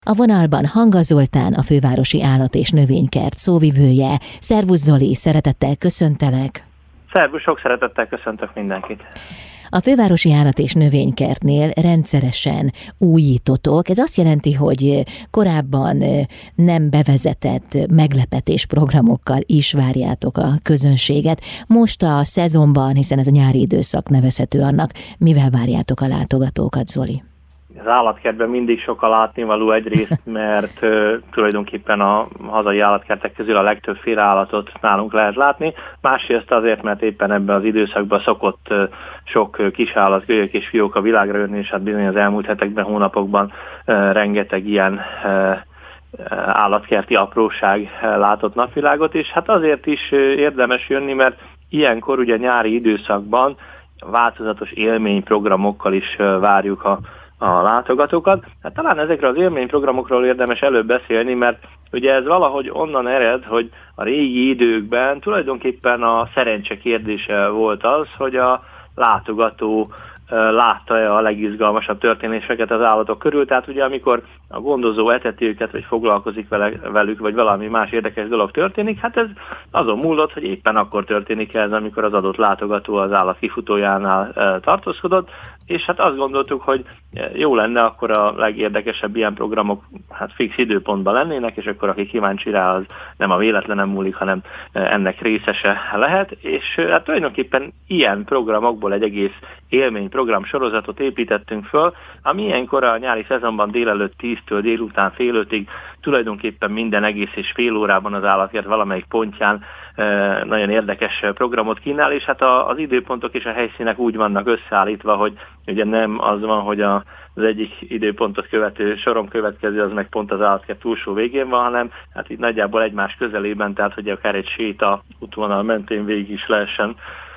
A vonalban Hanga Zoltán, a Fővárosi Állat- és Növénykert szóvivője. Szervusz Zoli, szeretettel köszöntelek! Szervusz, sok szeretettel köszöntök mindenkit! A Fővárosi Állat- és Növénykertnél rendszeresen újítotok. Ez azt jelenti, hogy korábban nem bevezetett meglepetés programokkal is várjátok a közönséget. Most a szezonban, hiszen ez a nyári időszak nevezhető annak, mivel várjátok a látogatókat, Zoli? Az állatkertben mindig sok a látnivaló egyrészt, mert tulajdonképpen a hazai állatkertek közül a legtöbbféle állatot nálunk lehet látni. Másrészt azért, mert éppen ebben az időszakban szokott sok kisállat, kölyök és fiók a világra jönni, és hát bizony az elmúlt hetekben, hónapokban rengeteg ilyen állatkerti apróság látott napvilágot, és hát azért is érdemes jönni, mert ilyenkor ugye nyári időszakban változatos élményprogramokkal is várjuk a látogatókat. Hát talán ezekről az élményprogramokról érdemes előbb beszélni, mert ugye ez valahogy onnan ered, hogy a régi időkben tulajdonképpen a szerencse kérdése volt az, hogy a látogató látta-e a legizgalmasabb történéseket az állatok körül, tehát ugye amikor a gondozó eteti őket, vagy foglalkozik velük, vagy valami más érdekes dolog történik, hát ez azon múlott, hogy éppen akkor történik ez, amikor az adott látogató az állat kifutójánál tartózkodott, és hát azt gondoltuk, hogy jó lenne akkor a legérdekesebb ilyen programok hát fix időpontban lennének, és akkor aki kíváncsi rá, az nem a véletlenen múlik, hanem ennek részese lehet, és hát tulajdonképpen ilyen programokból egy egész élményprogram sorozatot építettünk föl, ami ilyenkor a nyári szezonban délelőtt 10-től délután fél 5-ig tulajdonképpen minden egész és fél órában az állatkert valamelyik pontján nagyon érdekes programot kínál, és hát az időpontok és a helyszínek úgy vannak összeállítva, hogy ugye nem az van, hogy az egyik időpontot követő soron következő, az meg pont az állatkert túlsó végén van, hanem hát itt nagyjából egymás közelében, tehát hogy akár egy séta útvonal mentén végig is lehessen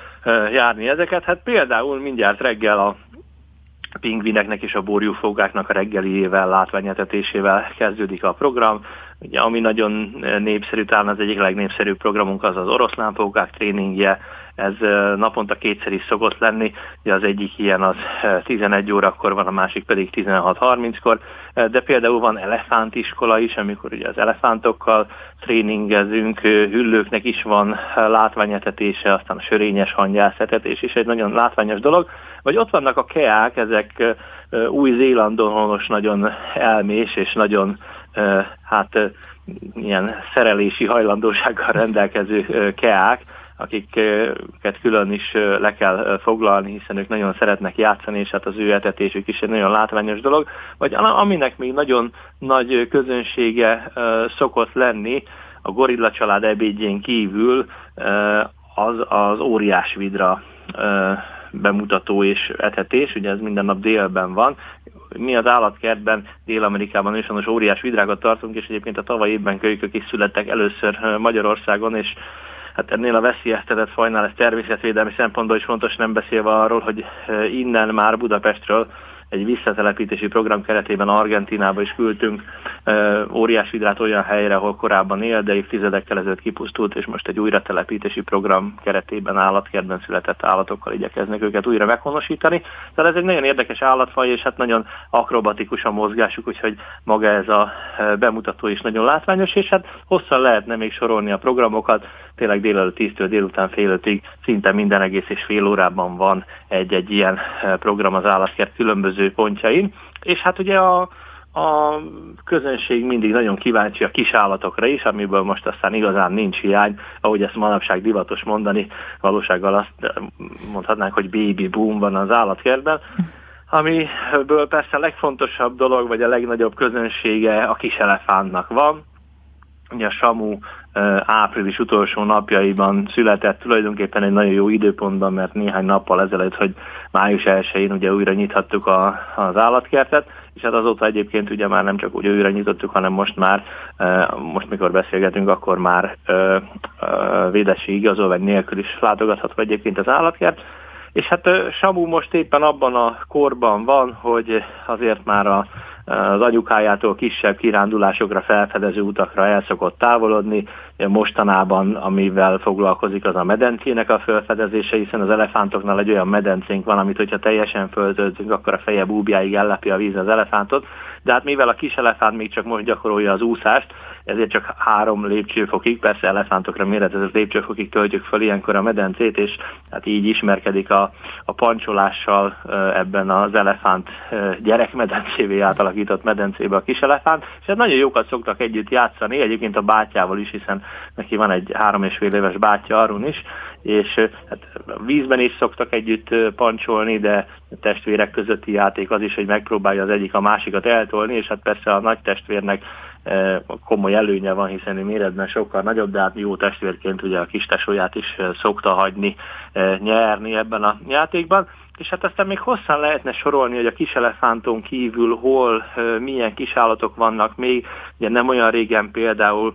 járni ezeket. Hát például mindjárt reggel a pingvineknek és a borjúfókáknak a reggeliével, látványetetésével kezdődik a program. Ugye, ami nagyon népszerű, talán az egyik legnépszerűbb programunk az oroszlánfókák tréningje. Ez naponta kétszer is szokott lenni. Ugye az egyik ilyen az 11 órakor van, a másik pedig 16:30-kor. De például van elefántiskola is, amikor ugye az elefántokkal tréningezünk, hüllőknek is van látványetetése, aztán a sörényes hangyászetetés is egy nagyon látványos dolog. Vagy ott vannak a keák, ezek Új-Zélandon honos nagyon elmés és nagyon ilyen szerelési hajlandósággal rendelkező keák, akiket külön is le kell foglalni, hiszen ők nagyon szeretnek játszani, és hát az ő etetésük is egy nagyon látványos dolog. Vagy aminek még nagyon nagy közönsége szokott lenni, a gorilla család ebédjén kívül az óriás vidra bemutató és etetés, ugye ez minden nap délben van. Mi az állatkertben Dél-Amerikában őshonos óriás vidrákat tartunk, és egyébként a tavaly évben kölykök is születtek először Magyarországon, és hát ennél a veszélyeztetett fajnál ez természetvédelmi szempontból is fontos, nem beszélve arról, hogy innen már Budapestről egy visszatelepítési program keretében Argentínába is küldtünk óriásvidrát olyan helyre, ahol korábban él, de évtizedekkel ezelőtt kipusztult, és most egy újratelepítési program keretében állatkertben született állatokkal igyekeznek őket újra meghonosítani. Tehát ez egy nagyon érdekes állatfaj, és hát nagyon akrobatikus a mozgásuk, úgyhogy maga ez a bemutató is nagyon látványos, és hát hosszan lehetne még sorolni a programokat, tényleg délelőtt 10-től délután fél 5-ig szinte minden egész és fél órában van egy ilyen program az állatkert különböző pontjain, és hát ugye a közönség mindig nagyon kíváncsi a kis állatokra is, amiből most aztán igazán nincs hiány, ahogy ezt manapság divatos mondani, valósággal azt mondhatnánk, hogy baby boom van az állatkertben, amiből persze a legfontosabb dolog, vagy a legnagyobb közönsége a kis elefántnak van. Ugye a Samu április utolsó napjaiban született, tulajdonképpen egy nagyon jó időpontban, mert néhány nappal ezelőtt, hogy május 1-én ugye újra nyithattuk az állatkertet, és hát azóta egyébként ugye már nem csak úgy újra nyitottuk, hanem most mikor beszélgetünk, akkor már védességi igazolvány nélkül is látogatható egyébként az állatkert. És hát Samu most éppen abban a korban van, hogy azért már az anyukájától kisebb kirándulásokra, felfedező utakra el szokott távolodni. Mostanában, amivel foglalkozik, az a medencének a felfedezése, hiszen az elefántoknál egy olyan medencénk van, amit hogyha teljesen föltöltünk, akkor a feje búbjáig ellepi a víz az elefántot. de hát mivel a kis elefánt még csak most gyakorolja az úszást, ezért csak 3 lépcsőfokig, persze elefántokra méretezett lépcsőfokig töltjük fel ilyenkor a medencét, és hát így ismerkedik a pancsolással ebben az elefánt gyerekmedencévé átalakított medencébe a kis elefánt, és hát nagyon jókat szoktak együtt játszani, egyébként a bátyával is, hiszen neki van egy 3,5 éves bátyja, Arun is, és hát vízben is szoktak együtt pancsolni, de testvérek közötti játék az is, hogy megpróbálja az egyik a másikat eltolni, és hát persze a nagy testvérnek komoly előnye van, hiszen ő méretben sokkal nagyobb, de hát jó testvérként ugye a kis tesóját is szokta hagyni nyerni ebben a játékban. És hát aztán még hosszan lehetne sorolni, hogy a kis elefánton kívül hol, milyen kisállatok vannak még. Ugye nem olyan régen például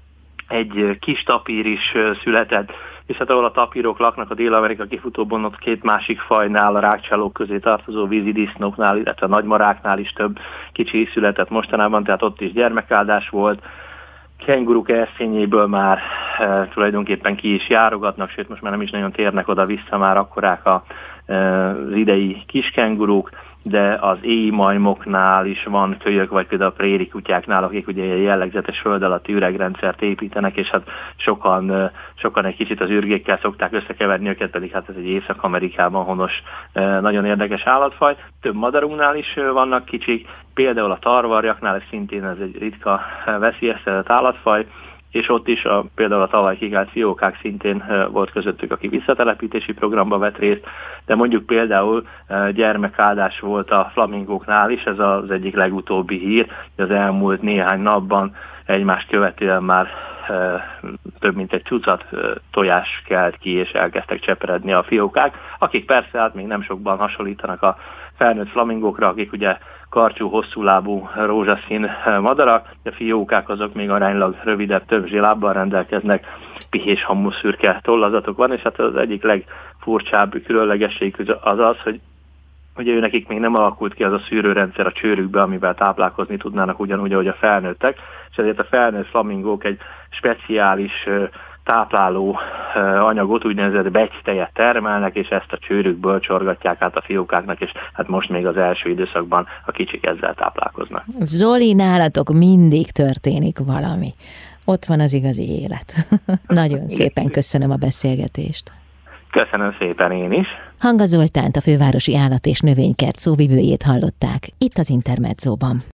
egy kis tapír is született, és hát ahol a tapírok laknak a Dél-Amerika kifutóban, ott 2 másik fajnál, a rákcsálók közé tartozó vízidisznóknál, illetve a nagymaráknál is több kicsi született mostanában, tehát ott is gyermekáldás volt. Kenguruk erszényéből már tulajdonképpen ki is járogatnak, sőt most már nem is nagyon térnek oda-vissza, már akkorák az idei kiskenguruk, de az éjmajmoknál is van kölyök, vagy például a préri kutyáknál, akik ugye ilyen jellegzetes föld alatti üregrendszert építenek, és hát sokan egy kicsit az ürgékkel szokták összekeverni őket, pedig hát ez egy Észak-Amerikában honos, nagyon érdekes állatfaj. Több madarunknál is vannak kicsik, például a tarvarjaknál, ez szintén ez egy ritka veszélyeztetett állatfaj, és ott is például a tavaly kikált fiókák szintén volt közöttük, aki visszatelepítési programba vett részt, de mondjuk például gyermekáldás volt a flamingóknál is, ez az egyik legutóbbi hír, hogy az elmúlt néhány napban egymást követően már több mint egy tucat tojás kelt ki, és elkezdtek cseperedni a fiókák, akik persze hát még nem sokban hasonlítanak a felnőtt flamingókra, akik ugye karcsú, hosszúlábú, rózsaszín madarak, de a fiókák azok még aránylag rövidebb, többzsé lábbal rendelkeznek, pihés hamu szürke tollazatok van, és hát az egyik legfurcsább különlegesség az az, hogy ugye nekik még nem alakult ki az a szűrőrendszer a csőrükbe, amivel táplálkozni tudnának ugyanúgy, ahogy a felnőttek, és ezért a felnőtt flamingók egy speciális tápláló anyagot, úgynevezett becstejet termelnek, és ezt a csőrükből csorgatják át a fiókáknak, és hát most még az első időszakban a kicsik ezzel táplálkoznak. Zoli, nálatok mindig történik valami. Ott van az igazi élet. Nagyon szépen köszönöm a beszélgetést. Köszönöm szépen én is. Hanga Zoltánt, a Fővárosi Állat- és Növénykert szóvivőjét hallották itt az Intermedzóban.